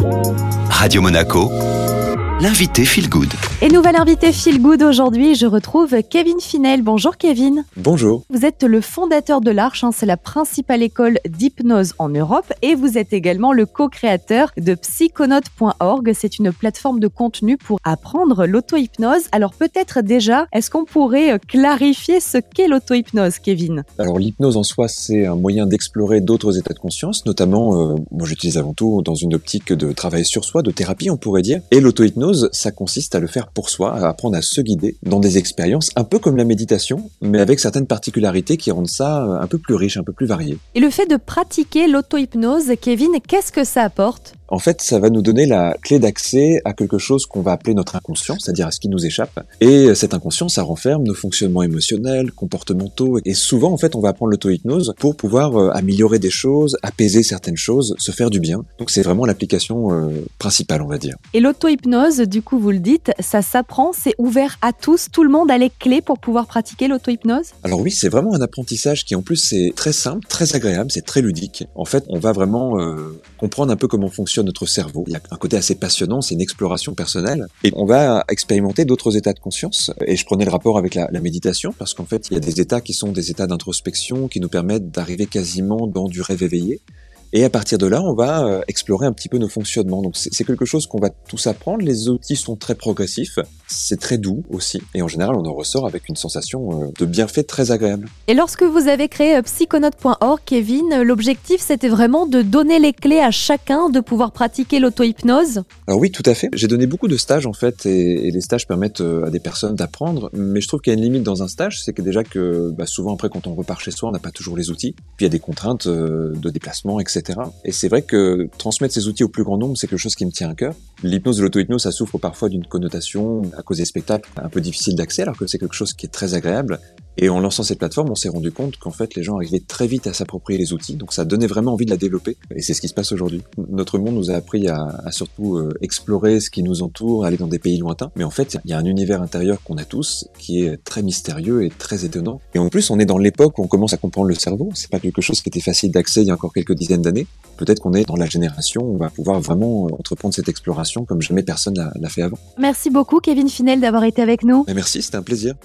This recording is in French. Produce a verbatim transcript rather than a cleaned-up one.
Radio Monaco, l'invité Feel Good. Et nouvel invité Feel Good aujourd'hui, je retrouve Kevin Finel. Bonjour Kevin. Bonjour. Vous êtes le fondateur de l'Arche, hein, c'est la principale école d'hypnose en Europe, et vous êtes également le co-créateur de psychonautes point org. C'est une plateforme de contenu pour apprendre l'auto-hypnose. Alors peut-être déjà, est-ce qu'on pourrait clarifier ce qu'est l'auto-hypnose, Kevin ? Alors l'hypnose en soi, c'est un moyen d'explorer d'autres états de conscience, notamment, euh, moi j'utilise avant tout dans une optique de travail sur soi, de thérapie on pourrait dire, et l'auto-hypnose, ça consiste à le faire pour soi, à apprendre à se guider dans des expériences un peu comme la méditation, mais avec certaines particularités qui rendent ça un peu plus riche, un peu plus varié. Et le fait de pratiquer l'auto-hypnose, Kevin, qu'est-ce que ça apporte ? En fait, ça va nous donner la clé d'accès à quelque chose qu'on va appeler notre inconscient, c'est-à-dire à ce qui nous échappe. Et cet inconscient, ça renferme nos fonctionnements émotionnels, comportementaux. Et souvent, en fait, on va apprendre l'auto-hypnose pour pouvoir euh, améliorer des choses, apaiser certaines choses, se faire du bien. Donc c'est vraiment l'application euh, principale, on va dire. Et l'auto-hypnose, du coup, vous le dites, ça s'apprend, c'est ouvert à tous. Tout le monde a les clés pour pouvoir pratiquer l'auto-hypnose ? Alors oui, c'est vraiment un apprentissage qui, en plus, c'est très simple, très agréable, c'est très ludique. En fait, on va vraiment euh, comprendre un peu comment fonctionne notre cerveau. Il y a un côté assez passionnant, c'est une exploration personnelle. Et on va expérimenter d'autres états de conscience. Et je prenais le rapport avec la, la méditation, parce qu'en fait, il y a des états qui sont des états d'introspection qui nous permettent d'arriver quasiment dans du rêve éveillé. Et à partir de là, on va euh, explorer un petit peu nos fonctionnements. Donc c'est, c'est quelque chose qu'on va tous apprendre. Les outils sont très progressifs, c'est très doux aussi. Et en général, on en ressort avec une sensation euh, de bienfait très agréable. Et lorsque vous avez créé euh, psychonautes point org, Kevin, l'objectif c'était vraiment de donner les clés à chacun de pouvoir pratiquer l'auto-hypnose ? Alors oui, tout à fait. J'ai donné beaucoup de stages en fait, et, et les stages permettent euh, à des personnes d'apprendre. Mais je trouve qu'il y a une limite dans un stage, c'est que déjà que bah, souvent après quand on repart chez soi, on n'a pas toujours les outils. Puis il y a des contraintes euh, de déplacement, et cetera. Et c'est vrai que transmettre ces outils au plus grand nombre, c'est quelque chose qui me tient à cœur. L'hypnose de l'auto-hypnose, ça souffre parfois d'une connotation, à cause des spectacles, un peu difficile d'accès, alors que c'est quelque chose qui est très agréable. Et en lançant cette plateforme, on s'est rendu compte qu'en fait, les gens arrivaient très vite à s'approprier les outils, donc ça donnait vraiment envie de la développer. Et c'est ce qui se passe aujourd'hui. Notre monde nous a appris à, à surtout euh, explorer ce qui nous entoure, aller dans des pays lointains. Mais en fait, il y a un univers intérieur qu'on a tous, qui est très mystérieux et très étonnant. Et en plus, on est dans l'époque où on commence à comprendre le cerveau. C'est pas quelque chose qui était facile d'accès il y a encore quelques dizaines d'années. Peut-être qu'on est dans la génération où on va pouvoir vraiment entreprendre cette exploration comme jamais personne l'a, l'a fait avant. Merci beaucoup, Kevin Finel, d'avoir été avec nous. Et merci, c'était un plaisir.